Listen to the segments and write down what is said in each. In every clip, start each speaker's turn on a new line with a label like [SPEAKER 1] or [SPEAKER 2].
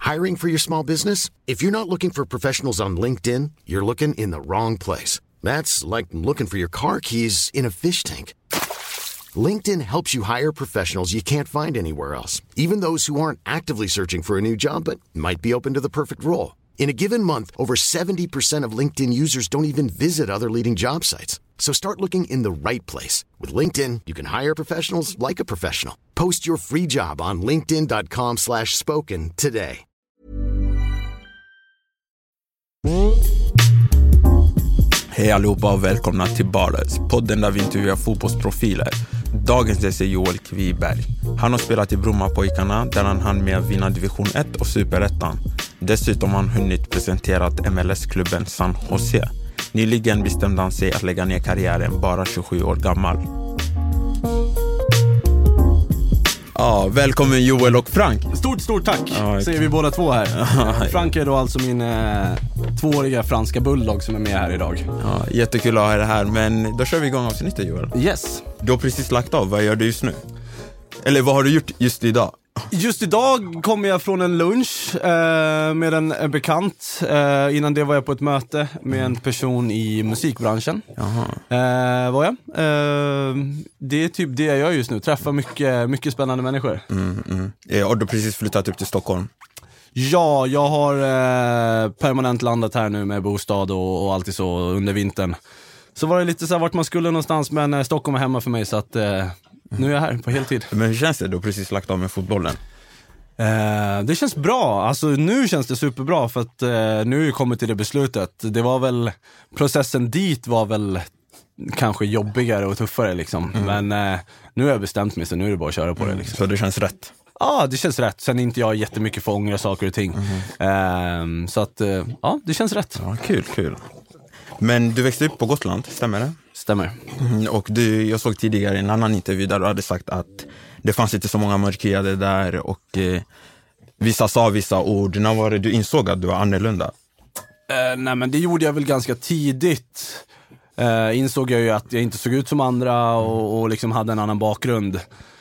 [SPEAKER 1] Hiring for your small business? If you're not looking for professionals on LinkedIn, you're looking in the wrong place. That's like looking for your car keys in a fish tank. LinkedIn helps you hire professionals you can't find anywhere else, even those who aren't actively searching for a new job but might be open to the perfect role. In a given month, over 70% of LinkedIn users don't even visit other leading job sites. So start looking in the right place. With LinkedIn, you can hire professionals like a professional. Post your free job on linkedin.com/spoken today.
[SPEAKER 2] Hej allihopa och välkomna till Ballers, podden där vi intervjuar fotbollsprofiler. Dagens gäst är Joel Kviberg. Han har spelat i Brommapojkarna där han hann med att vinna division 1 och superettan. Dessutom har han hunnit presenterat MLS-klubben San Jose. Nyligen bestämde han sig att lägga ner karriären, bara 27 år gammal. Ja, välkommen Joel och Frank.
[SPEAKER 3] Stort tack, säger vi båda två här. Frank är då alltså min 2-åriga franska bulldog som är med här idag.
[SPEAKER 2] Ja, jättekul att ha det här, men då kör vi igång avsnittet, Joel.
[SPEAKER 3] Yes.
[SPEAKER 2] Du har precis lagt av, vad gör du just nu? Eller vad har du gjort just idag?
[SPEAKER 3] Just idag kommer jag från en lunch med en bekant. Innan det var jag på ett möte med en person i musikbranschen. Var jag. Det är typ det jag gör just nu. Träffar mycket spännande människor.
[SPEAKER 2] Har du precis flyttat upp till Stockholm?
[SPEAKER 3] Ja, jag har permanent landat här nu med bostad och allt så under vintern. Så var det lite så här vart man skulle någonstans, men Stockholm är hemma för mig så att... Nu är jag här på heltid.
[SPEAKER 2] Men hur känns det? Du har precis lagt av med fotbollen.
[SPEAKER 3] Det känns bra. Alltså nu känns det superbra för att nu är jag kommit till det beslutet. Det var väl, processen dit var väl kanske jobbigare och tuffare liksom. Men nu har jag bestämt mig, så nu är det bara att köra på det liksom.
[SPEAKER 2] Så det känns rätt?
[SPEAKER 3] Ja, det känns rätt. Sen är inte jag jättemycket för ångra saker och ting. Så att, ja, det känns rätt.
[SPEAKER 2] Ja, kul. Men du växte upp på Gotland, stämmer det?
[SPEAKER 3] Stämmer.
[SPEAKER 2] Och jag såg tidigare i en annan intervju där du hade sagt att det fanns inte så många mörkhyade där och vissa sa vissa ord. När var det du insåg att du var annorlunda?
[SPEAKER 3] Nej, men det gjorde jag väl ganska tidigt. Insåg jag ju att jag inte såg ut som andra och liksom hade en annan bakgrund.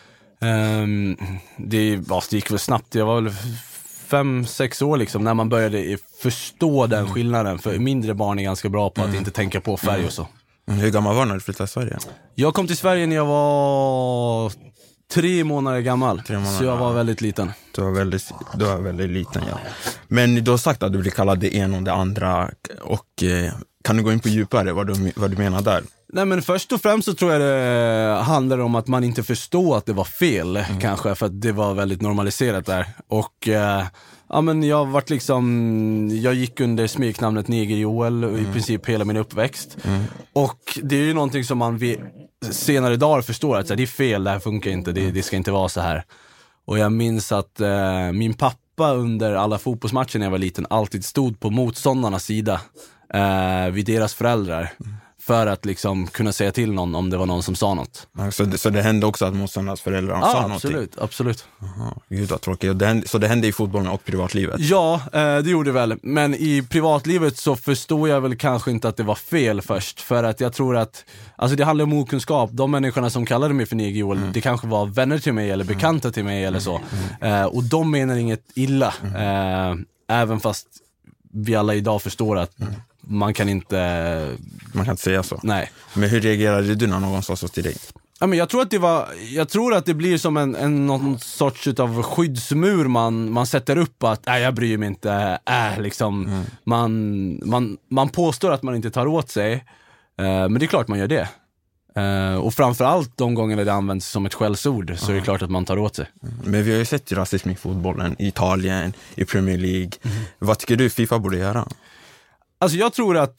[SPEAKER 3] Det gick väl snabbt. Jag var väl 5-6 år liksom, när man började förstå den skillnaden. För mindre barn är ganska bra på att inte tänka på färg och så.
[SPEAKER 2] Hur gammal var du när du flyttade till Sverige?
[SPEAKER 3] Jag kom till Sverige när jag var 3 månader gammal. 3 månader, så jag var väldigt liten.
[SPEAKER 2] Du var väldigt liten, ja. Men du har sagt att du blir kallad det ena och det andra. Och kan du gå in på djupare vad du menar där?
[SPEAKER 3] Nej, men först och främst så tror jag det handlar om att man inte förstår att det var fel, kanske, för att det var väldigt normaliserat där. Och ja, men jag gick under smeknamnet Neger Joel i princip hela min uppväxt. Och det är ju någonting som man senare dagar förstår att så här, det är fel, det här funkar inte, det ska inte vara så här. Och jag minns att min pappa under alla fotbollsmatcher när jag var liten alltid stod på motståndarnas sida vid deras föräldrar. För att liksom kunna säga till någon om det var någon som sa något.
[SPEAKER 2] Så det hände också att motståndarnas föräldrar sa något?
[SPEAKER 3] Absolut.
[SPEAKER 2] Gud vad tråkigt. Så det hände i fotbollen och privatlivet?
[SPEAKER 3] Ja, det gjorde det väl. Men i privatlivet så förstod jag väl kanske inte att det var fel först. För att jag tror att, alltså det handlar om okunskap. De människorna som kallade mig för Neger Joel, det kanske var vänner till mig eller bekanta till mig eller så. Och de menar inget illa. Även fast vi alla idag förstår att man kan inte
[SPEAKER 2] säga så.
[SPEAKER 3] Nej.
[SPEAKER 2] Men hur reagerade du när någon sa så till dig?
[SPEAKER 3] Ja, men jag tror att det blir som någon sorts av skyddsmur man sätter upp, att jag bryr mig inte, liksom man påstår att man inte tar åt sig, men det är klart man gör det. Och framförallt de gånger det används som ett skällsord, så är det klart att man tar åt sig. Men
[SPEAKER 2] vi har ju sett rasism i fotbollen i Italien, i Premier League. Vad tycker du FIFA borde göra?
[SPEAKER 3] Alltså jag tror att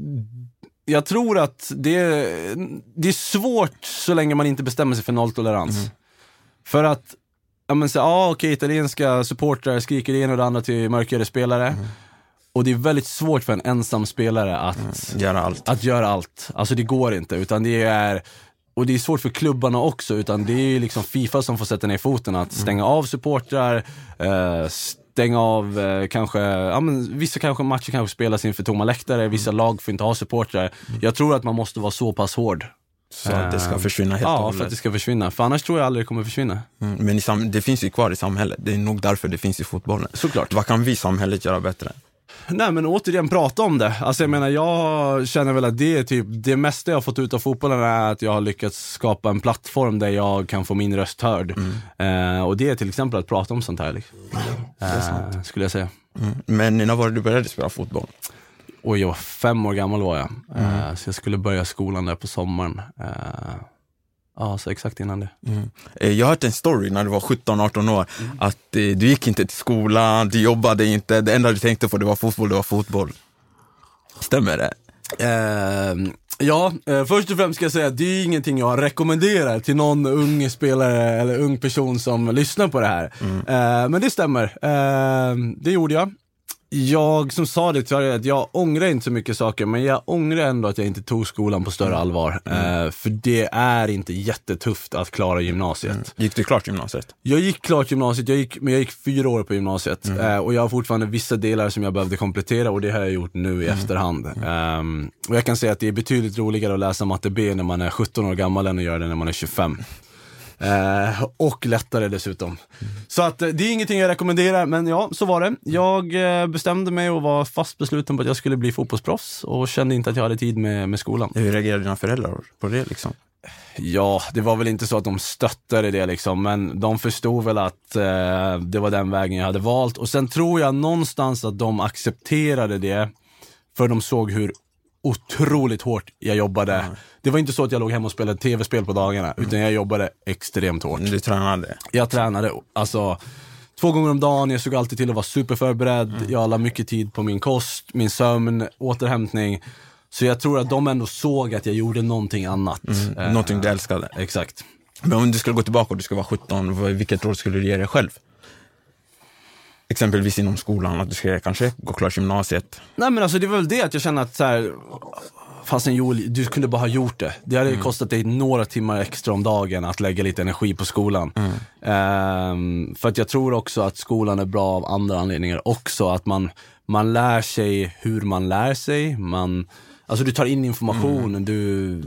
[SPEAKER 3] det är svårt så länge man inte bestämmer sig för nolltolerans. För att italienska supportrar skriker det ena och det andra till mörkare spelare. Och det är väldigt svårt för en ensam spelare att göra allt. Alltså det går inte, utan det är svårt för klubbarna också, utan det är liksom FIFA som får sätta ner foten att stänga av supportrar, stänga av vissa kanske matcher spelas inför tomma läktare, vissa lag får inte ha supportrar. Jag tror att man måste vara så pass hård
[SPEAKER 2] Så att det ska försvinna helt och
[SPEAKER 3] Ja,
[SPEAKER 2] hållet.
[SPEAKER 3] för att det ska försvinna. För annars tror jag aldrig det kommer försvinna.
[SPEAKER 2] Men det finns ju kvar i samhället. Det är nog därför det finns i fotbollen.
[SPEAKER 3] Såklart.
[SPEAKER 2] Vad kan vi samhället göra bättre?
[SPEAKER 3] Nej, men återigen prata om det. Alltså jag menar, jag känner väl att det är typ det mesta jag har fått ut av fotbollen är att jag har lyckats skapa en plattform där jag kan få min röst hörd. Och det är till exempel att prata om sånt här liksom. Skulle jag säga.
[SPEAKER 2] Men när var det du började spela fotboll?
[SPEAKER 3] Och jag var 5 år gammal var jag. Så jag skulle börja skolan där på sommaren. Ja, så exakt innan det.
[SPEAKER 2] Jag har hört en story när du var 17-18 år att du gick inte till skolan, du jobbade inte, det enda du tänkte på det var fotboll. Stämmer det?
[SPEAKER 3] Ja, först och främst ska jag säga att det är ingenting jag rekommenderar till någon ung spelare eller ung person som lyssnar på det här. Men det stämmer. Det gjorde jag. Jag som sa det till att jag ångrar inte så mycket saker, men jag ångrar ändå att jag inte tog skolan på större allvar. För det är inte jättetufft att klara gymnasiet.
[SPEAKER 2] Gick du klart gymnasiet? Jag
[SPEAKER 3] gick klart gymnasiet, men jag gick 4 år på gymnasiet. Och jag har fortfarande vissa delar som jag behövde komplettera, och det har jag gjort nu i efterhand. Och jag kan säga att det är betydligt roligare att läsa matte B när man är 17 år gammal än att göra det när man är 25. Och lättare dessutom. Så att det är ingenting jag rekommenderar. Men ja, så var det. Jag bestämde mig och var fast besluten på att jag skulle bli fotbollsproffs, och kände inte att jag hade tid med skolan.
[SPEAKER 2] Hur reagerade dina föräldrar på det liksom?
[SPEAKER 3] Ja, det var väl inte så att de stöttade det liksom, men de förstod väl att det var den vägen jag hade valt. Och sen tror jag någonstans att de accepterade det, för de såg hur otroligt hårt jag jobbade. Det var inte så att jag låg hemma och spelade tv-spel på dagarna, utan jag jobbade extremt hårt.
[SPEAKER 2] Du tränade?
[SPEAKER 3] Jag tränade, alltså 2 gånger om dagen. Jag såg alltid till att vara superförberedd. Jag la mycket tid på min kost, min sömn, återhämtning. Så jag tror att de ändå såg att jag gjorde någonting annat.
[SPEAKER 2] Någonting du älskade.
[SPEAKER 3] Exakt.
[SPEAKER 2] Men om du skulle gå tillbaka och du skulle vara 17, vilket råd skulle du ge dig själv? Exempelvis inom skolan, att du ska kanske gå klart gymnasiet.
[SPEAKER 3] Nej, men alltså det var väl det att jag kände att så här, fastän Joel, du kunde bara ha gjort det. Det hade kostat dig några timmar extra om dagen att lägga lite energi på skolan. För att jag tror också att skolan är bra av andra anledningar också. Att man lär sig hur man lär sig. Alltså du tar in information. Du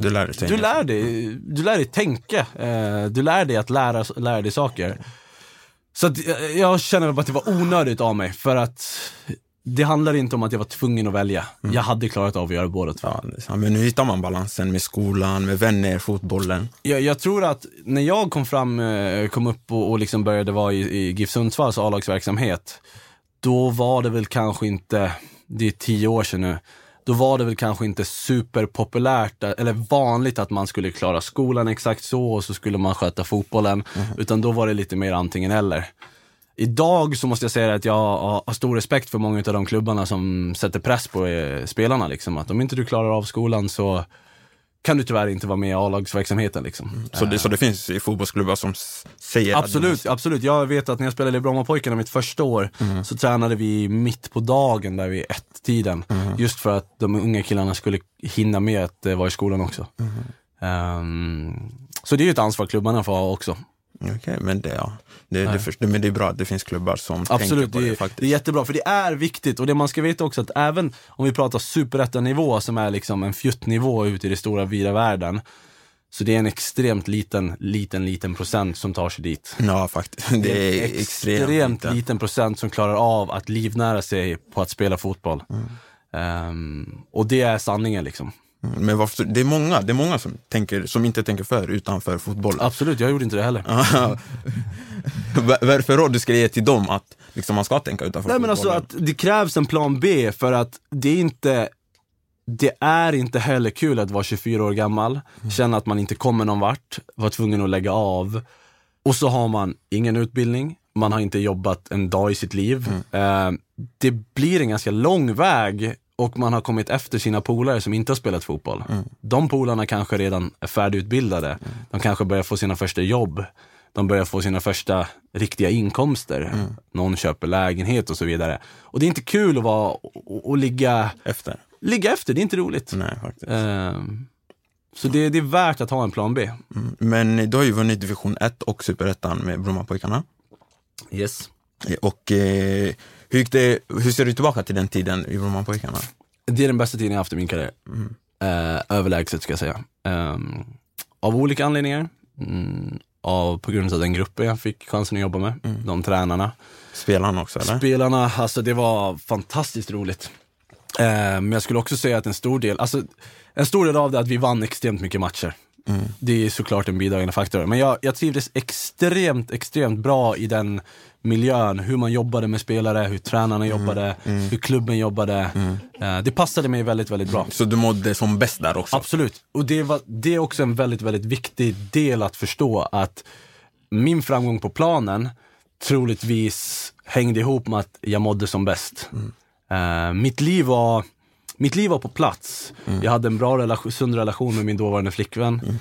[SPEAKER 3] lär dig tänka. Du lär dig att lära dig saker. Så att jag känner bara att det var onödigt av mig. För att det handlar inte om att jag var tvungen att välja. Jag hade klarat av att göra båda två.
[SPEAKER 2] Ja, men hur hittar man balansen med skolan, med vänner, fotbollen?
[SPEAKER 3] Jag tror att när jag kom upp och liksom började vara i GIF Sundsvalls A-lagsverksamhet, då var det väl kanske inte, det är 10 år sedan nu, då var det väl kanske inte superpopulärt eller vanligt att man skulle klara skolan exakt så, och så skulle man sköta fotbollen, utan då var det lite mer antingen eller. Idag så måste jag säga att jag har stor respekt för många av de klubbarna som sätter press på spelarna liksom, att om inte du klarar av skolan så kan du tyvärr inte vara med i A-lagsverksamheten liksom.
[SPEAKER 2] Så det finns i fotbollsklubbar som säger
[SPEAKER 3] absolut. Jag vet att när jag spelade i Brommapojkarna mitt första år, så tränade vi mitt på dagen där vid 1-tiden, just för att de unga killarna skulle hinna med att vara i skolan också. Så det är ju ett ansvar klubbarna får ha också.
[SPEAKER 2] Okej, men men det är bra att det finns klubbar som tänker på det faktiskt.
[SPEAKER 3] Det är jättebra, för det är viktigt. Och det man ska veta också, att även om vi pratar superettanivå, som är liksom en fjuttnivå ut i det stora vida världen, så det är en extremt liten procent som tar sig dit.
[SPEAKER 2] Ja, faktiskt. Det är extremt
[SPEAKER 3] liten procent som klarar av att livnära sig på att spela fotboll. Och det är sanningen liksom.
[SPEAKER 2] Men varför, det är många som inte tänker för utanför fotboll.
[SPEAKER 3] Absolut, jag gjorde inte det heller.
[SPEAKER 2] Varför råd du ska ge till dem att liksom man ska tänka utanför fotbollen?
[SPEAKER 3] Men alltså att det krävs en plan B, för att det är inte heller kul att vara 24 år gammal, känna att man inte kommer någon vart, vara tvungen att lägga av, och så har man ingen utbildning, man har inte jobbat en dag i sitt liv. Det blir en ganska lång väg, och man har kommit efter sina polare som inte har spelat fotboll. De polarna kanske redan är färdigutbildade. De kanske börjar få sina första jobb. De börjar få sina första riktiga inkomster. Någon köper lägenhet och så vidare. Och det är inte kul att vara och ligga efter. Det är inte roligt.
[SPEAKER 2] Nej, faktiskt.
[SPEAKER 3] Så det är värt att ha en plan B.
[SPEAKER 2] Men du har ju vunnit division 1 och superettan med Brommapojkarna.
[SPEAKER 3] Yes.
[SPEAKER 2] Och hur ser du tillbaka till den tiden i Brommapojkarna?
[SPEAKER 3] Det är den bästa tiden jag haft i min karriär. Överlägset ska jag säga. av olika anledningar. På grund av den gruppen jag fick chansen att jobba med. De tränarna.
[SPEAKER 2] Spelarna också, eller?
[SPEAKER 3] Spelarna, alltså det var fantastiskt roligt. Men jag skulle också säga att en stor del av det är att vi vann extremt mycket matcher. Det är såklart en bidragande faktor. Men jag trivdes extremt bra i den miljön. Hur man jobbade med spelare, hur tränarna jobbade, hur klubben jobbade. Det passade mig väldigt, väldigt bra.
[SPEAKER 2] Så du mådde som bäst där också?
[SPEAKER 3] Absolut. Och det är också en väldigt, väldigt viktig del att förstå, att min framgång på planen troligtvis hängde ihop med att jag mådde som bäst. Mitt liv var på plats. Jag hade en bra sund relation med min dåvarande flickvän.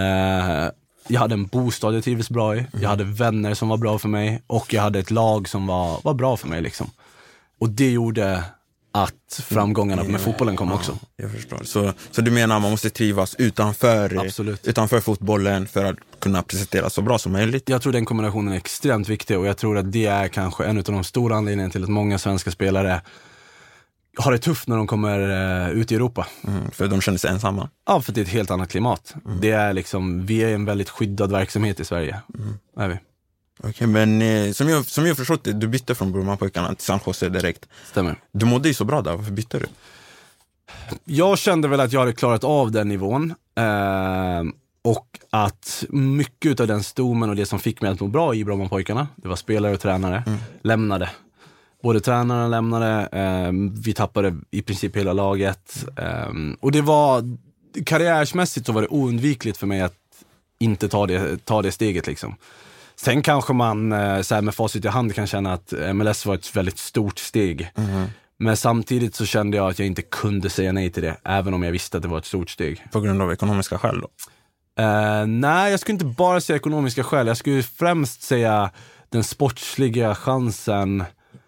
[SPEAKER 3] Jag hade en bostad jag trivdes bra i. Jag hade vänner som var bra för mig. Och jag hade ett lag som var bra för mig liksom. Och det gjorde att framgångarna med fotbollen kom också.
[SPEAKER 2] Jag förstår. Så du menar att man måste trivas utanför fotbollen för att kunna presentera så bra som möjligt?
[SPEAKER 3] Jag tror den kombinationen är extremt viktig. Och jag tror att det är kanske en av de stora anledningarna till att många svenska spelare har det tufft när de kommer ut i Europa.
[SPEAKER 2] För de känner sig ensamma?
[SPEAKER 3] Ja, för det är ett helt annat klimat. Det är liksom, vi är en väldigt skyddad verksamhet i Sverige. Är vi.
[SPEAKER 2] Okej, men som jag förstått det, du bytte från Brommapojkarna till San Jose direkt.
[SPEAKER 3] Stämmer.
[SPEAKER 2] Du mådde ju så bra där, varför bytte du?
[SPEAKER 3] Jag kände väl att jag hade klarat av den nivån. Och att mycket av den stommen och det som fick mig att må bra i Brommapojkarna, det var spelare och tränare, lämnade. Både tränarna lämnade, vi tappade i princip hela laget. Och det var, karriärsmässigt så var det oundvikligt för mig att inte ta det steget liksom. Sen kanske man så här med facit i hand kan känna att MLS var ett väldigt stort steg. Men samtidigt så kände jag att jag inte kunde säga nej till det, även om jag visste att det var ett stort steg.
[SPEAKER 2] På grund av ekonomiska skäl då?
[SPEAKER 3] Nej, jag skulle inte bara säga ekonomiska skäl. Jag skulle främst säga den sportsliga chansen.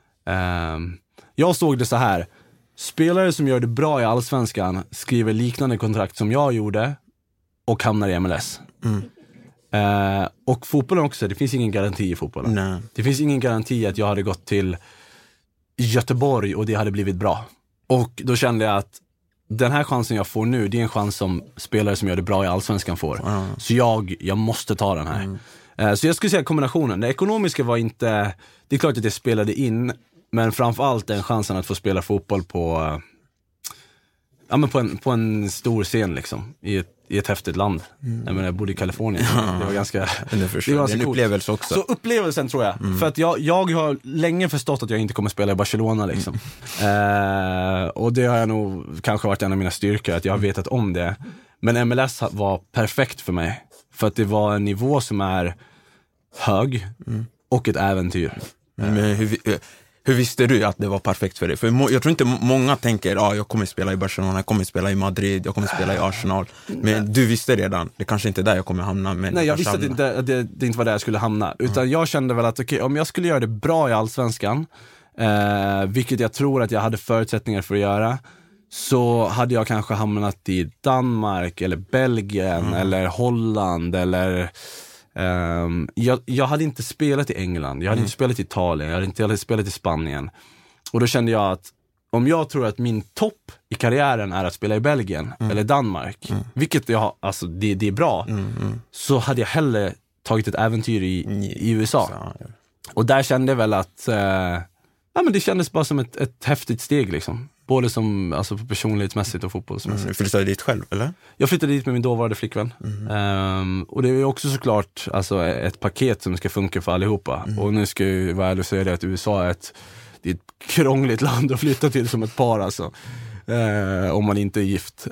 [SPEAKER 3] Jag såg det så här: spelare som gör det bra i Allsvenskan skriver liknande kontrakt som jag gjorde och hamnar i MLS. Och fotbollen också, det finns ingen garanti i fotbollen.
[SPEAKER 2] Nej.
[SPEAKER 3] Det finns ingen garanti att jag hade gått till Göteborg och det hade blivit bra. Och då kände jag att den här chansen jag får nu, det är en chans som spelare som gör det bra i Allsvenskan får. Så jag måste ta den här. Så jag skulle säga kombinationen. Det ekonomiska var inte, det är klart att det spelade in, men framförallt den chansen att få spela fotboll på en stor scen liksom, i ett häftigt land. Jag bodde i Kalifornien. Det var ganska,
[SPEAKER 2] det var en upplevelse också.
[SPEAKER 3] Så upplevelsen tror jag. För att jag har länge förstått att jag inte kommer spela i Barcelona liksom. Och det har jag nog kanske varit en av mina styrkor, att jag har vetat om det. Men MLS var perfekt för mig. För att det var en nivå som är hög och ett äventyr.
[SPEAKER 2] Men hur visste du att det var perfekt för dig? För jag tror inte många tänker, jag kommer spela i Barcelona, jag kommer spela i Madrid, jag kommer spela i Arsenal. Men du visste redan, det kanske inte är där jag kommer hamna. Men
[SPEAKER 3] nej, jag visste att det inte var där jag skulle hamna. Utan jag kände väl att om jag skulle göra det bra i Allsvenskan, vilket jag tror att jag hade förutsättningar för att göra, så hade jag kanske hamnat i Danmark eller Belgien eller Holland eller... Jag hade inte spelat i England, jag hade inte spelat i Italien, jag hade inte spelat i Spanien. Och då kände jag att om jag tror att min topp i karriären är att spela i Belgien eller Danmark, vilket det är bra, så hade jag hellre tagit ett äventyr i USA. Och där kände jag väl att men det kändes bara som ett häftigt steg liksom. Både som, alltså personlighetsmässigt och fotbollsmässigt.
[SPEAKER 2] Flyttade du dit själv, eller?
[SPEAKER 3] Jag flyttade dit med min dåvarande flickvän. Och det är också såklart ett paket som ska funka för allihopa. Och nu ska jag vara ärlig och säga det att USA är ett krångligt land att flytta till som ett par alltså. Om man inte är gift.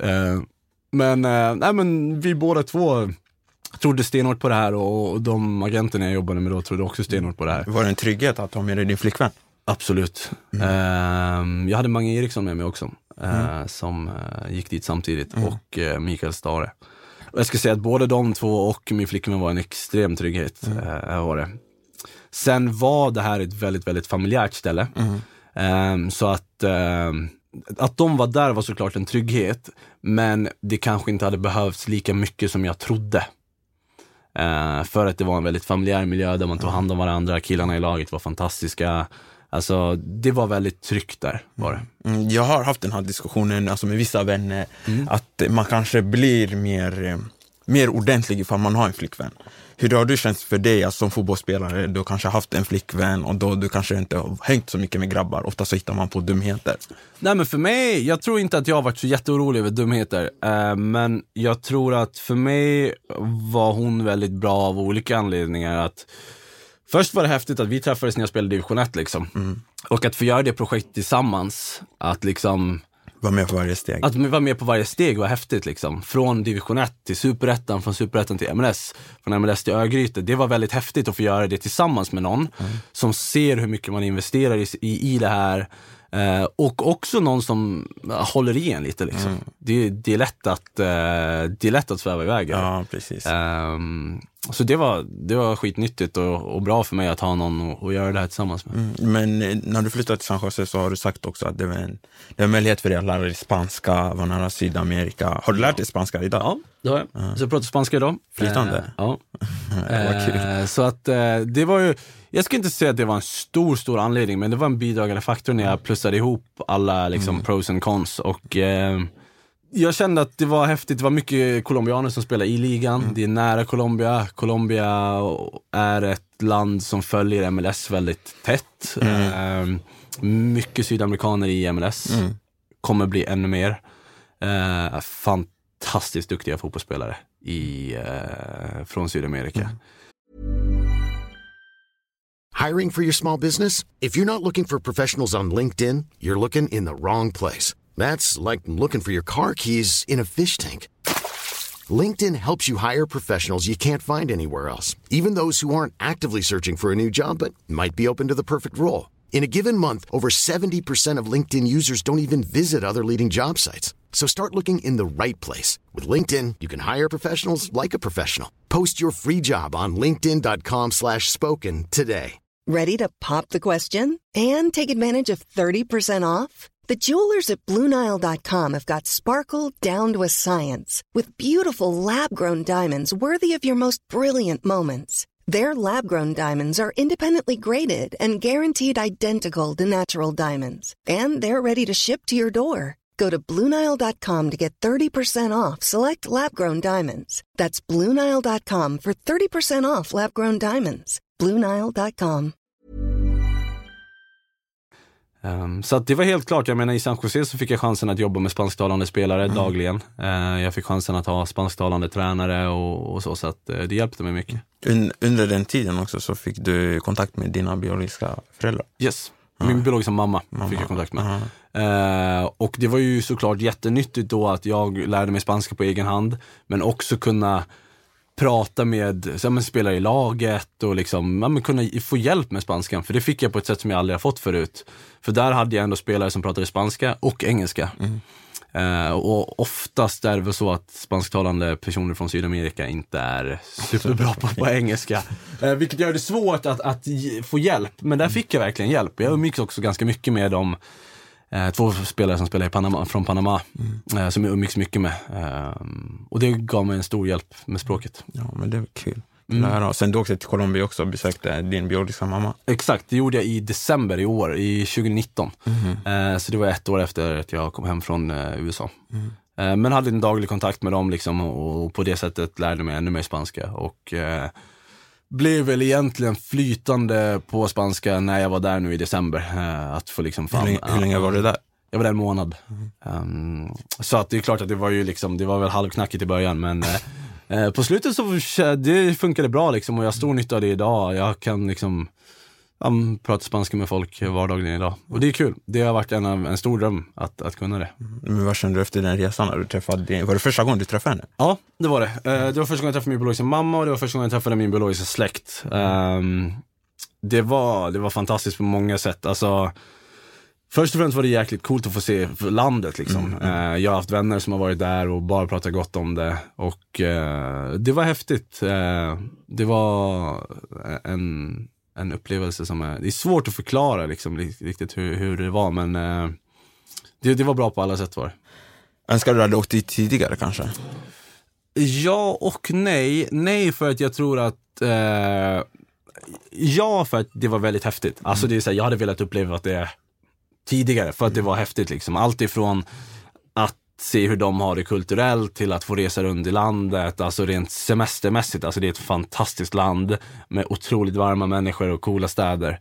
[SPEAKER 3] Men vi båda två trodde stenhårt på det här, och de agenterna jag jobbade med då trodde också stenhårt på det här.
[SPEAKER 2] Var det en trygghet att ha med dig din flickvän?
[SPEAKER 3] Absolut. Jag hade Mange Eriksson med mig också, som gick dit samtidigt, och Mikael Stare. Och jag ska säga att både de två och min flickvän var en extrem trygghet. Var det. Sen var det här ett väldigt, väldigt familjärt ställe. Så att de var där var såklart en trygghet, men det kanske inte hade behövts lika mycket som jag trodde. För att det var en väldigt familjär miljö där man tog hand om varandra. Killarna i laget var fantastiska. Alltså det var väldigt tryggt där, var det.
[SPEAKER 2] Jag har haft den här diskussionen med vissa vänner, att man kanske blir mer mer ordentlig ifall man har en flickvän. Hur har du känt för dig alltså, som fotbollsspelare? Du kanske haft en flickvän och då du kanske inte har hängt så mycket med grabbar. Ofta så hittar man på dumheter.
[SPEAKER 3] Nej, men för mig, jag tror inte att jag har varit så jätteorolig över dumheter. Men jag tror att för mig var hon väldigt bra av olika anledningar. Att först var det häftigt att vi träffades när jag spelade division 1 liksom. Och att få göra det projektet tillsammans, att liksom
[SPEAKER 2] Var med på varje steg.
[SPEAKER 3] Att vara med på varje steg var häftigt liksom. Från division 1 till superettan, från superettan till MLS, från MLS till Örgryte. Det var väldigt häftigt att få göra det tillsammans med någon som ser hur mycket man investerar i det här. Och också någon som håller i en lite liksom. Det är lätt att sväva iväg.
[SPEAKER 2] Ja, precis.
[SPEAKER 3] Så det var skitnyttigt och bra för mig att ha någon att göra det här tillsammans med.
[SPEAKER 2] Men när du flyttade till San Jose så har du sagt också att det var en möjlighet för dig att lära dig spanska, vara nära Sydamerika. Har du lärt dig spanska idag?
[SPEAKER 3] Ja, det har jag. Så jag pratar spanska idag.
[SPEAKER 2] Flytande?
[SPEAKER 3] Ja.
[SPEAKER 2] Vad kul.
[SPEAKER 3] Så att det var ju, jag ska inte säga att det var en stor anledning, men det var en bidragande faktor när jag plussade ihop alla liksom pros and cons. Och jag kände att det var häftigt. Det var mycket colombianer som spelar i ligan. Det är nära Colombia. Colombia är ett land som följer MLS väldigt tätt. Mycket sydamerikaner i MLS. Kommer bli ännu mer. Fantastiskt duktiga fotbollsspelare från Sydamerika.
[SPEAKER 1] Hiring for your small business? If you're not looking for professionals on LinkedIn, you're looking in the wrong place. That's like looking for your car keys in a fish tank. LinkedIn helps you hire professionals you can't find anywhere else, even those who aren't actively searching for a new job but might be open to the perfect role. In a given month, over 70% of LinkedIn users don't even visit other leading job sites. So start looking in the right place. With LinkedIn, you can hire professionals like a professional. Post your free job on linkedin.com/spoken today.
[SPEAKER 4] Ready to pop the question and take advantage of 30% off? The jewelers at BlueNile.com have got sparkle down to a science with beautiful lab-grown diamonds worthy of your most brilliant moments. Their lab-grown diamonds are independently graded and guaranteed identical to natural diamonds. And they're ready to ship to your door. Go to BlueNile.com to get 30% off select lab-grown diamonds. That's BlueNile.com for 30% off lab-grown diamonds. BlueNile.com.
[SPEAKER 3] Så att det var helt klart. Jag menar, i San Jose så fick jag chansen att jobba med spansktalande spelare dagligen. Jag fick chansen att ha spansktalande tränare och så att det hjälpte mig mycket.
[SPEAKER 2] Under den tiden också så fick du kontakt med dina biologiska föräldrar?
[SPEAKER 3] Yes. Min biologiska mamma fick jag kontakt med. Och det var ju såklart jättenyttigt då att jag lärde mig spanska på egen hand, men också kunna prata med spelare i laget och liksom, kunna få hjälp med spanskan. För det fick jag på ett sätt som jag aldrig har fått förut. För där hade jag ändå spelare som pratade spanska och engelska. Och oftast är det väl så att spansktalande personer från Sydamerika inte är superbra på engelska. Vilket gör det svårt att få hjälp. Men där fick jag verkligen hjälp. Jag umgicks också ganska mycket med dem. 2 spelare som spelar från Panama som jag umgicks mycket med. Och det gav mig en stor hjälp med språket.
[SPEAKER 2] Ja, men det var kul. Sen du åkte till Colombia också och besökte din biologiska mamma.
[SPEAKER 3] Exakt, det gjorde jag i december i år, i 2019. Så det var 1 år efter att jag kom hem från USA. Men hade en daglig kontakt med dem liksom, och på det sättet lärde mig ännu mer spanska. Och blev väl egentligen flytande på spanska när jag var där nu i december. Att få liksom
[SPEAKER 2] hur länge var du där?
[SPEAKER 3] Jag var där en månad. Så att det är klart att det var ju liksom, det var väl halvknackigt i början, men på slutet så det funkade bra liksom, och jag har stor nytta av det idag. Jag kan liksom prata spanska med folk vardagligen idag. Och det är kul. Det har varit en stor dröm att kunna det.
[SPEAKER 2] Men vad kände du efter den resan när du träffade var det första gången du träffade henne?
[SPEAKER 3] Ja, det var det. Det var första gången jag träffade min biologiska mamma och det var första gången jag träffade min biologiska släkt. Det var fantastiskt på många sätt. Alltså, först och främst var det jäkligt coolt att få se landet liksom. Jag har haft vänner som har varit där och bara pratat gott om det. Och det var häftigt. Det var en upplevelse som det är svårt att förklara liksom, riktigt hur det var. Men det var bra på alla sätt var det.
[SPEAKER 2] Önskar du hade åkt dit tidigare kanske?
[SPEAKER 3] Ja och nej. Nej, för att jag tror att ja, för att det var väldigt häftigt. Alltså det är så här, jag hade velat uppleva att det tidigare, för att det var häftigt liksom. Allt ifrån att se hur de har det kulturellt, till att få resa runt i landet, alltså rent semestermässigt, alltså det är ett fantastiskt land med otroligt varma människor och coola städer.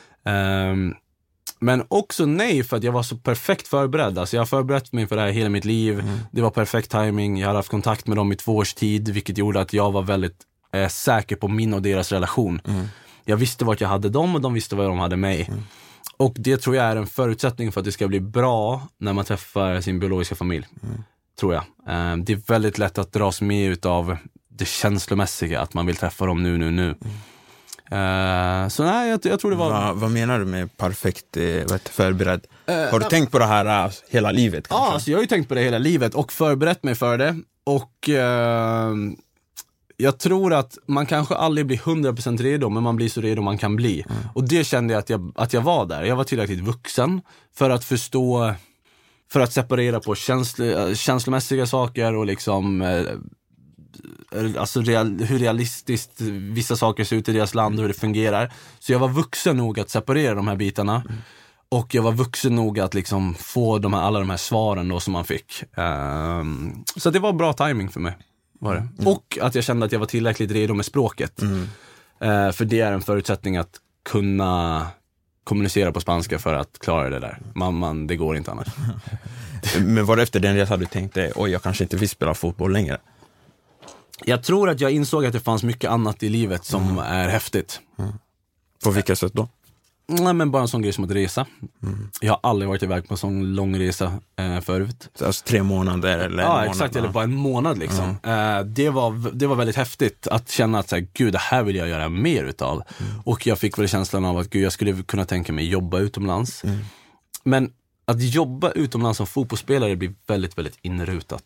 [SPEAKER 3] Men också nej, för att jag var så perfekt förberedd. Alltså jag har förberett mig för det här hela mitt liv. Det var perfekt timing. Jag hade haft kontakt med dem i 2 års tid, vilket gjorde att jag var väldigt säker på min och deras relation. Jag visste vart jag hade dem och de visste vad de hade mig. Och det tror jag är en förutsättning för att det ska bli bra när man träffar sin biologiska familj. Tror jag. Det är väldigt lätt att dras med utav det känslomässiga, att man vill träffa dem nu. Så nej, jag tror det var...
[SPEAKER 2] Vad menar du med perfekt förberedd? Har du tänkt på det här hela livet? Kanske?
[SPEAKER 3] Ja, alltså jag har ju tänkt på det hela livet och förberett mig för det. Och jag tror att man kanske aldrig blir 100% redo, men man blir så redo man kan bli. Och det kände jag att jag var där. Jag var tillräckligt vuxen för att förstå, för att separera på känslomässiga saker och liksom... alltså hur realistiskt vissa saker ser ut i deras land och hur det fungerar. Så jag var vuxen nog att separera de här bitarna. Och jag var vuxen nog att liksom få alla de här svaren då som man fick. Så det var bra timing för mig, var det. Och att jag kände att jag var tillräckligt redo med språket. För det är en förutsättning att kunna kommunicera på spanska för att klara det där. Det går inte annars.
[SPEAKER 2] Men var det efter den resan du tänkte, jag kanske inte vill spela fotboll längre?
[SPEAKER 3] Jag tror att jag insåg att det fanns mycket annat i livet som är häftigt.
[SPEAKER 2] På vilka sätt då?
[SPEAKER 3] Nej, men bara en sån grej som att resa. Jag har aldrig varit iväg på en sån lång resa förut.
[SPEAKER 2] Alltså 3 månader eller
[SPEAKER 3] ja, exakt, eller bara en månad liksom. Det var väldigt häftigt att känna att så här, gud, det här vill jag göra mer utav. Och jag fick väl känslan av att gud, jag skulle kunna tänka mig jobba utomlands. Men att jobba utomlands som fotbollsspelare blir väldigt, väldigt inrutat.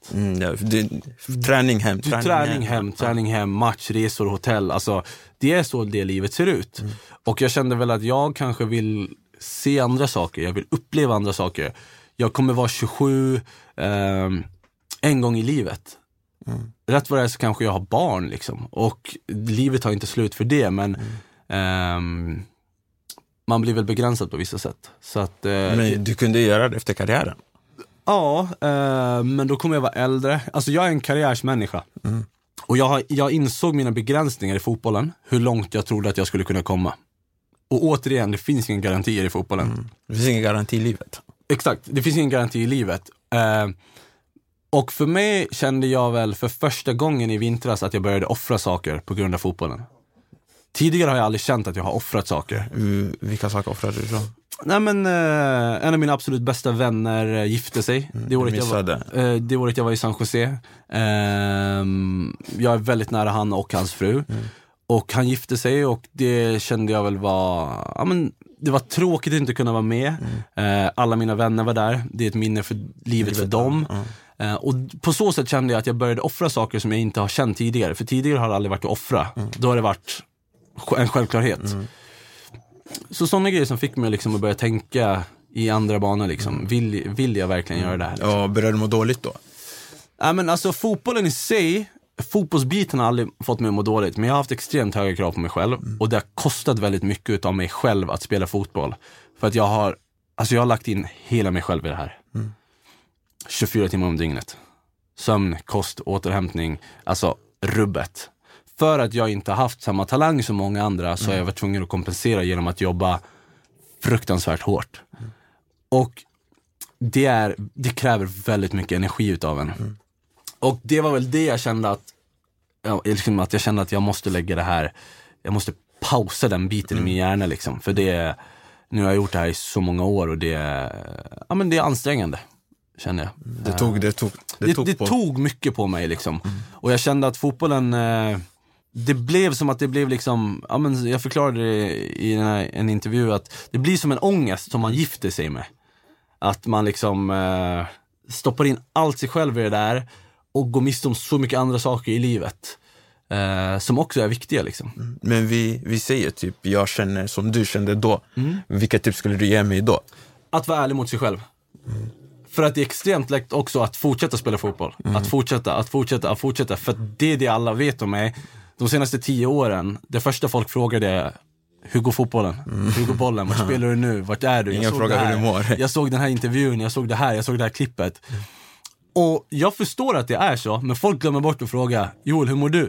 [SPEAKER 3] Träning hem, match, resor, hotell. Alltså, det är så det livet ser ut. Och jag kände väl att jag kanske vill se andra saker. Jag vill uppleva andra saker. Jag kommer vara 27 en gång i livet. Rätt vad det är så kanske jag har barn liksom. Och livet har inte slut för det, men... man blir väl begränsad på vissa sätt. Så att,
[SPEAKER 2] men du kunde göra det efter karriären?
[SPEAKER 3] Ja, men då kommer jag vara äldre. Alltså jag är en karriärsmänniska. Och jag insåg mina begränsningar i fotbollen. Hur långt jag trodde att jag skulle kunna komma. Och återigen, det finns ingen garantier i fotbollen.
[SPEAKER 2] Det finns ingen garanti i livet.
[SPEAKER 3] Exakt, det finns ingen garanti i livet. Och för mig kände jag väl för första gången i vintras att jag började offra saker på grund av fotbollen. Tidigare har jag aldrig känt att jag har offrat saker.
[SPEAKER 2] Vilka saker offrade du då?
[SPEAKER 3] Nej, men en av mina absolut bästa vänner gifte sig. Det året jag var i San Jose. Jag är väldigt nära han och hans fru. Och han gifte sig och det kände jag väl det var tråkigt att inte kunna vara med. Alla mina vänner var där. Det är ett minne för livet för dem. Och på så sätt kände jag att jag började offra saker som jag inte har känt tidigare. För tidigare har det aldrig varit att offra. Då har det varit en självklarhet. Så sådana grejer som fick mig liksom att börja tänka i andra banor liksom. Vill jag verkligen göra det här? Liksom?
[SPEAKER 2] Ja, började du må dåligt då?
[SPEAKER 3] Ja, men alltså fotbollen i sig, fotbollsbiten har aldrig fått mig att må dåligt. Men jag har haft extremt höga krav på mig själv. Och det har kostat väldigt mycket av mig själv att spela fotboll. För att jag har lagt in hela mig själv i det här. 24 timmar om dygnet. Sömn, kost, återhämtning. Alltså rubbet. För att jag inte har haft samma talang som många andra så har jag varit tvungen att kompensera genom att jobba fruktansvärt hårt. Och det kräver väldigt mycket energi utav en. Och det var väl det jag kände att jag kände att jag måste lägga det här, jag måste pausa den biten i min hjärna liksom. För nu har jag gjort det här i så många år och det är ansträngande, känner jag. Det tog mycket på mig liksom. Och jag kände att fotbollen... det blev liksom, jag förklarade det i en intervju att det blir som en ångest som man gifter sig med. Att man liksom stoppar in allt sig själv i det där och går miste om så mycket andra saker i livet som också är viktiga liksom.
[SPEAKER 2] Men vi säger typ, jag känner som du kände då. Vilka tips skulle du ge mig då? Att
[SPEAKER 3] vara ärlig mot sig själv. För att det är extremt lätt också att fortsätta spela fotboll. Att fortsätta. För det är det alla vet om mig. De senaste 10 åren, det första folk frågade är: hur går fotbollen? Hur går bollen? Vart spelar du nu? Vart är du?
[SPEAKER 2] Ingen frågar hur du mår.
[SPEAKER 3] Jag såg den här intervjun, jag såg det här klippet. Och jag förstår att det är så, men folk glömmer bort att fråga, Joel, hur mår du?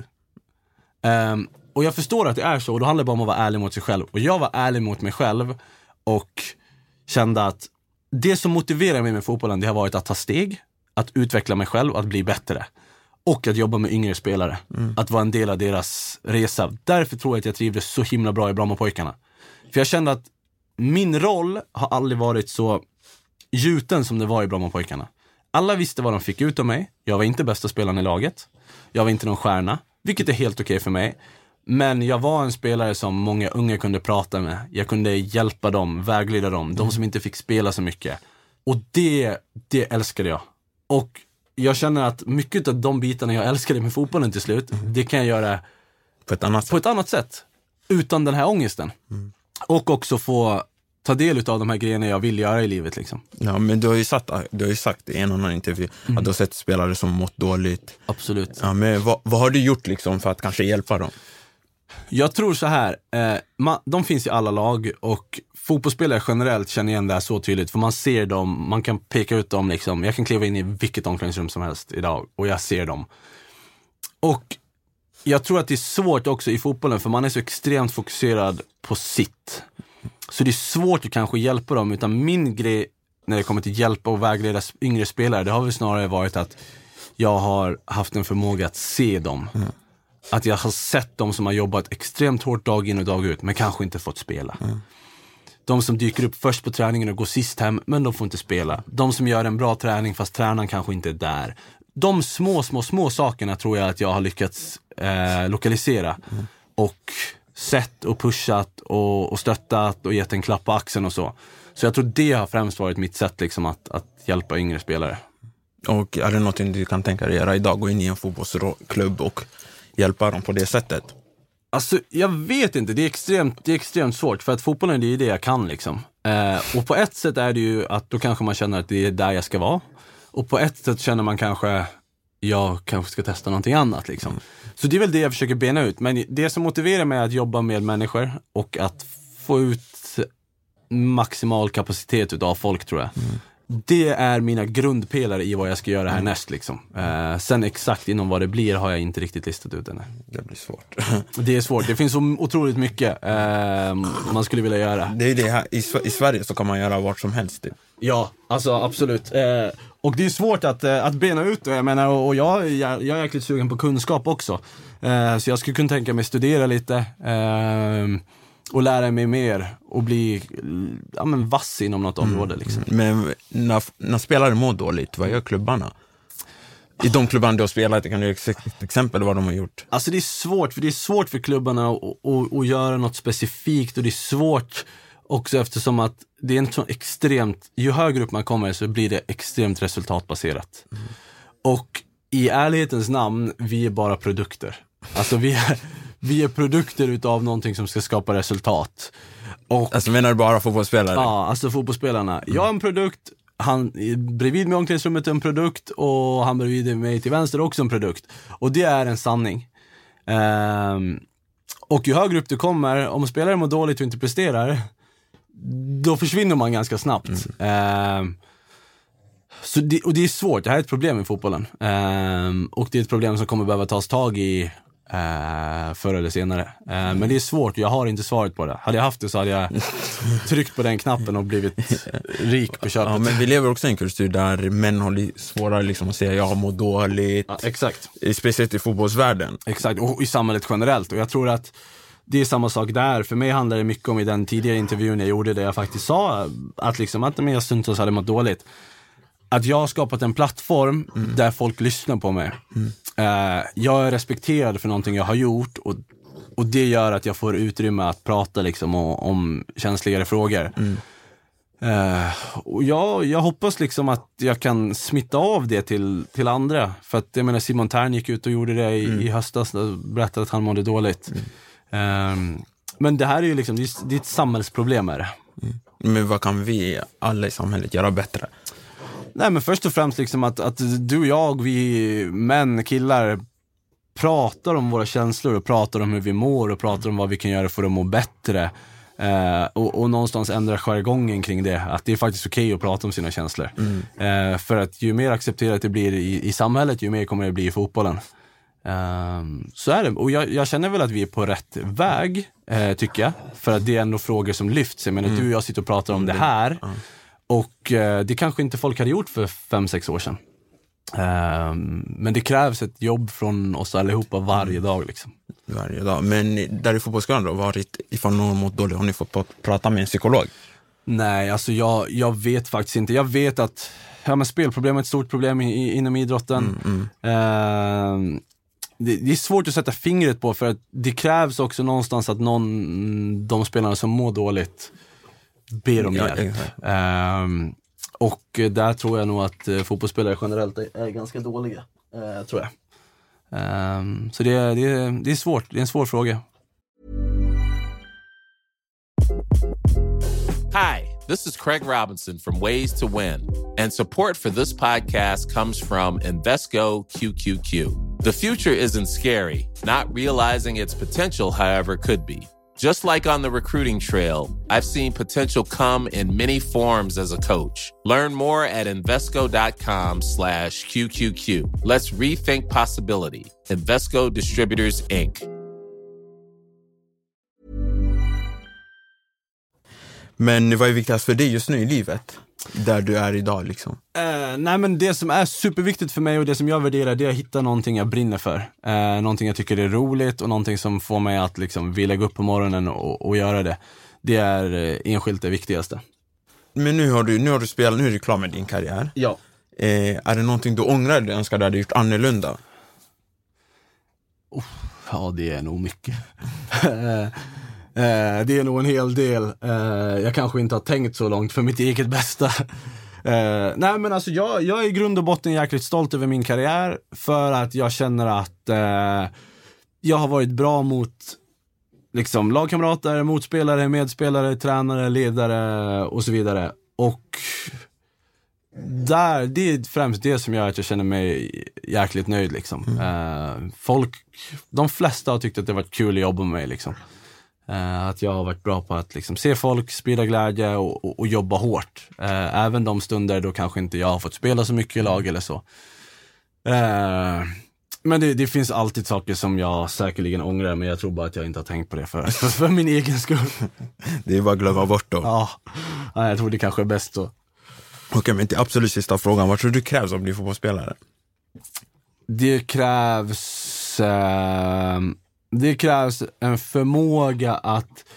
[SPEAKER 3] Och jag förstår att det är så, och då handlar det bara om att vara ärlig mot sig själv. Och jag var ärlig mot mig själv och kände att det som motiverar mig med fotbollen, det har varit att ta steg, att utveckla mig själv, att bli bättre. Och att jobba med yngre spelare. Att vara en del av deras resa. Därför tror jag att jag trivdes så himla bra i Brommapojkarna. För jag kände att min roll har aldrig varit så gjuten som det var i Brommapojkarna. Alla visste vad de fick ut av mig. Jag var inte bästa spelaren i laget. Jag var inte någon stjärna. Vilket är helt okej för mig. Men jag var en spelare som många unga kunde prata med. Jag kunde hjälpa dem, vägleda dem. De som inte fick spela så mycket. Och det älskade jag. Och jag känner att mycket av de bitarna jag älskade med fotbollen till slut, det kan jag göra på ett annat sätt. Utan den här ångesten. Och också få ta del av de här grejerna jag vill göra i livet liksom.
[SPEAKER 2] Ja, men du har ju sagt i en annan intervju att du har sett spelare som mått dåligt.
[SPEAKER 3] Absolut.
[SPEAKER 2] Ja, men vad har du gjort liksom för att kanske hjälpa dem?
[SPEAKER 3] Jag tror så här, de finns i alla lag, och fotbollsspelare generellt känner igen det här så tydligt, för man ser dem, man kan peka ut dem liksom. Jag kan kliva in i vilket omklädningsrum som helst idag och jag ser dem. Och jag tror att det är svårt också i fotbollen, för man är så extremt fokuserad på sitt. Så det är svårt att kanske hjälpa dem, utan min grej när det kommer till hjälpa och vägleda yngre spelare, det har väl snarare varit att jag har haft en förmåga att se dem. Att jag har sett dem som har jobbat extremt hårt dag in och dag ut, men kanske inte fått spela. De som dyker upp först på träningen och går sist hem, men de får inte spela. De som gör en bra träning fast tränaren kanske inte är där. De små sakerna tror jag att jag har lyckats lokalisera. Och sett och pushat och stöttat och gett en klapp på axeln och så. Så jag tror det har främst varit mitt sätt liksom att hjälpa yngre spelare.
[SPEAKER 2] Och är det något du kan tänka dig göra idag? Gå in i en fotbollsklubb och hjälpa dem på det sättet?
[SPEAKER 3] Alltså, jag vet inte. Det är extremt svårt. För att fotbollen, det är det jag kan liksom. Och på ett sätt är det ju att då kanske man känner att det är där jag ska vara. Och på ett sätt känner man kanske jag kanske ska testa någonting annat liksom. Så det är väl det jag försöker bena ut. Men det som motiverar mig att jobba med människor och att få ut maximal kapacitet utav folk, tror jag. Det är mina grundpelare i vad jag ska göra härnäst liksom. Sen exakt inom vad det blir har jag inte riktigt listat ut ännu.
[SPEAKER 2] Det blir svårt.
[SPEAKER 3] Det är svårt. Det finns så otroligt mycket man skulle vilja göra.
[SPEAKER 2] Det är det här. I Sverige så kan man göra vart som helst. Typ.
[SPEAKER 3] Ja, alltså absolut. Och det är svårt att bena ut. Jag menar, och jag är jäkligt sugen på kunskap också. Så jag skulle kunna tänka mig studera lite. Och lära mig mer och bli vass inom något område liksom. Men
[SPEAKER 2] när spelare mår dåligt, vad gör klubbarna? I de klubbarna du har spelat, kan du ge ett exempel vad de har gjort?
[SPEAKER 3] Alltså det är svårt, för det är svårt för klubbarna att göra något specifikt, och det är svårt också eftersom att det är en så extremt, ju högre upp man kommer så blir det extremt resultatbaserat. Och i ärlighetens namn, vi är bara produkter. Alltså vi är produkter utav någonting som ska skapa resultat. Och,
[SPEAKER 2] alltså menar du bara fotbollsspelare?
[SPEAKER 3] Ja, alltså fotbollsspelarna. Jag är en produkt, han bredvid mig i omklädningsrummet är en produkt, och han bredvid mig till vänster också en produkt. Och det är en sanning. Och ju högre upp du kommer, om spelare mår dåligt och inte presterar, då försvinner man ganska snabbt. Och det är svårt, det här är ett problem i fotbollen. Och det är ett problem som kommer behöva tas tag i förr eller senare. Men det är svårt, jag har inte svaret på det. Hade jag haft det så hade jag tryckt på den knappen och blivit rik på köpet.
[SPEAKER 2] Ja, men vi lever också i en kultur där män har svårare liksom att säga jag mår dåligt.
[SPEAKER 3] Ja, exakt.
[SPEAKER 2] Speciellt i fotbollsvärlden.
[SPEAKER 3] Exakt, och i samhället generellt. Och jag tror att det är samma sak där. För mig handlar det mycket om, i den tidigare intervjun jag gjorde, där jag faktiskt sa att jag stundtals hade mått dåligt. Att jag har skapat en plattform där folk lyssnar på mig. Jag är respekterad för någonting jag har gjort, och det gör att jag får utrymme att prata liksom om känsligare frågor. Och jag hoppas liksom att jag kan smitta av det till andra. För att jag menar, Simon Tern gick ut och gjorde det i höstas och berättade att han mådde dåligt. Men det här är ju liksom, det är ett samhällsproblem här.
[SPEAKER 2] Men vad kan vi alla i samhället göra bättre?
[SPEAKER 3] Nej, men först och främst liksom att du och jag, vi män, killar, pratar om våra känslor och pratar om hur vi mår och pratar om vad vi kan göra för att må bättre. Och någonstans ändra jargongen kring det. Att det är faktiskt okej att prata om sina känslor. För att ju mer accepterat det blir i samhället, ju mer kommer det bli i fotbollen. Så är det. Och jag känner väl att vi är på rätt väg, tycker jag. För att det är ändå frågor som lyfts. Jag menar, du och jag sitter och pratar om det här. Och det kanske inte folk hade gjort för 5-6 år sedan. Men det krävs ett jobb från oss allihopa varje dag liksom.
[SPEAKER 2] Varje dag. Men där i fotbollsskolan då, varit ifall någon mot dålig, har ni fått prata med en psykolog?
[SPEAKER 3] Nej, alltså jag vet faktiskt inte. Jag vet att spelproblem är ett stort problem inom idrotten. Det är svårt att sätta fingret på, för att det krävs också någonstans att de spelarna som mår dåligt ber om hjälp. Och där tror jag nog att fotbollsspelare generellt är ganska dåliga, tror jag. Så det är svårt. Det är en svår fråga.
[SPEAKER 5] Hi, this is Craig Robinson from Ways to Win, and support for this podcast comes from Invesco QQQ. The future isn't scary. Not realizing its potential, however, could be. Just like on the recruiting trail, I've seen potential come in many forms as a coach. Learn more at Invesco.com/QQQ. Let's rethink possibility. Invesco Distributors, Inc.
[SPEAKER 2] Men vad är viktigast för dig just nu i livet? Där du är idag liksom?
[SPEAKER 3] Nej, men det som är superviktigt för mig och det som jag värderar, det är att hitta någonting jag brinner för. Någonting jag tycker är roligt och någonting som får mig att liksom vilja gå upp på morgonen och göra det. Det är enskilt det viktigaste.
[SPEAKER 2] Men nu har du spelat, nu är du klar med din karriär.
[SPEAKER 3] Ja.
[SPEAKER 2] Är det någonting du ångrar du önskar du hade gjort annorlunda?
[SPEAKER 3] Ja, det är nog mycket. Det är nog en hel del. Jag kanske inte har tänkt så långt för mitt eget bästa. Nej, men alltså jag är i grund och botten jäkligt stolt över min karriär, för att jag känner att jag har varit bra mot liksom lagkamrater, motspelare, medspelare, tränare, ledare och så vidare. Och det är främst det som gör att jag känner mig jäkligt nöjd liksom. De flesta har tyckt att det har varit kul att jobba med mig liksom. Att jag har varit bra på att liksom se folk, sprida glädje och jobba hårt. Även de stunder då kanske inte jag har fått spela så mycket i lag eller så. Men det finns alltid saker som jag säkerligen ångrar, men jag tror bara att jag inte har tänkt på det för min egen skull.
[SPEAKER 2] Det är bara att glömma bort då.
[SPEAKER 3] Ja, jag tror det kanske är bäst då.
[SPEAKER 2] Okej, men till absolut sista frågan. Vad tror du krävs om du får vara spelare?
[SPEAKER 3] Det krävs en förmåga att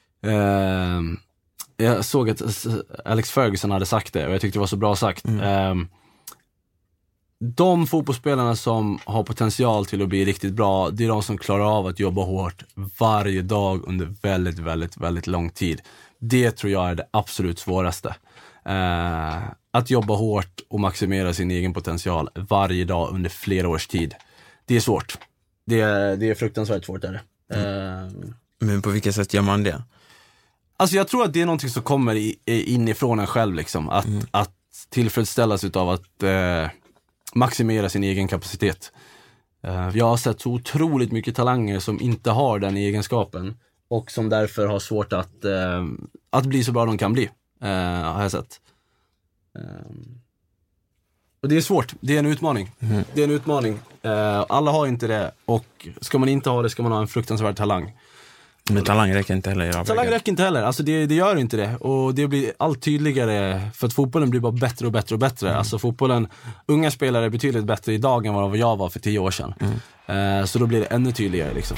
[SPEAKER 3] jag såg att Alex Ferguson hade sagt det och jag tyckte det var så bra sagt. De fotbollsspelarna som har potential till att bli riktigt bra, det är de som klarar av att jobba hårt varje dag under väldigt, väldigt, väldigt lång tid. Det tror jag är det absolut svåraste. Att jobba hårt och maximera sin egen potential varje dag under flera års tid. Det är svårt. Det är fruktansvärt svårt där.
[SPEAKER 2] Men på vilket sätt gör man det?
[SPEAKER 3] Alltså jag tror att det är någonting som kommer inifrån en själv liksom. Att tillfredsställas utav att maximera sin egen kapacitet. Jag har sett så otroligt mycket talanger som inte har den egenskapen och som därför har svårt att bli så bra de kan bli. Har jag sett. Och det är svårt, det är en utmaning. Det är en utmaning. Alla har inte det, och ska man inte ha det ska man ha en fruktansvärd talang.
[SPEAKER 2] Men talang räcker inte heller.
[SPEAKER 3] Talang räcker inte heller, alltså det gör inte det. Och det blir allt tydligare, för att fotbollen blir bara bättre och bättre och bättre. Alltså fotbollen, unga spelare är betydligt bättre idag än vad jag var för 10 år sedan. Så då blir det ännu tydligare liksom.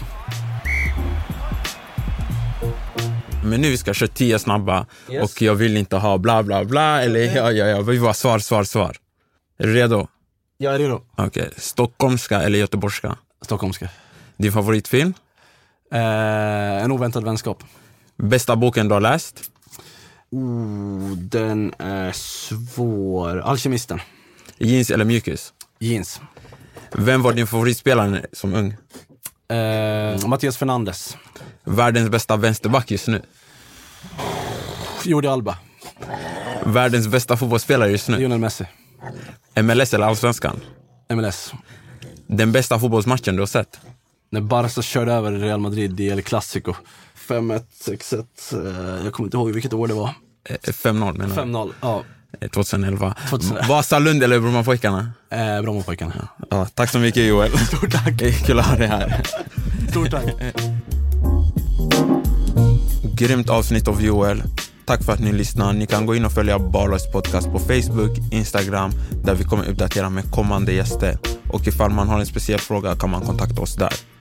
[SPEAKER 2] Men nu ska jag köra 10 snabba. Yes. Och jag vill inte ha bla bla bla. Eller jag vill bara svar. Är du redo?
[SPEAKER 3] Jag är redo.
[SPEAKER 2] Okej. Stockholmska eller göteborgska?
[SPEAKER 3] Stockholmska.
[SPEAKER 2] Din favoritfilm?
[SPEAKER 3] En oväntad vänskap.
[SPEAKER 2] Bästa boken du har läst?
[SPEAKER 3] Den är svår. Alkemisten.
[SPEAKER 2] Jeans eller mjukis?
[SPEAKER 3] Jeans.
[SPEAKER 2] Vem var din favoritspelare som ung?
[SPEAKER 3] Mattias Fernandes.
[SPEAKER 2] Världens bästa vänsterback just nu?
[SPEAKER 3] Jordi Alba.
[SPEAKER 2] Världens bästa fotbollsspelare just nu?
[SPEAKER 3] Lionel Messi.
[SPEAKER 2] MLS eller Allsvenskan?
[SPEAKER 3] MLS.
[SPEAKER 2] Den bästa fotbollsmatchen du har sett?
[SPEAKER 3] När Barca körde över Real Madrid i El Clasico. 5-1, 6-1. Jag kommer inte ihåg vilket år det var.
[SPEAKER 2] 5-0 menar jag.
[SPEAKER 3] 5-0, ja.
[SPEAKER 2] 2011. Vasalund eller Brommapojkarna?
[SPEAKER 3] Brommapojkarna.
[SPEAKER 2] Ja, tack så mycket Joel.
[SPEAKER 3] Stort tack.
[SPEAKER 2] Kul att ha dig här.
[SPEAKER 3] Stort tack.
[SPEAKER 2] Grymt avsnitt av Joel. Tack för att ni lyssnar. Ni kan gå in och följa Ballers podcast på Facebook, Instagram, där vi kommer uppdatera med kommande gäster. Och ifall man har en speciell fråga kan man kontakta oss där.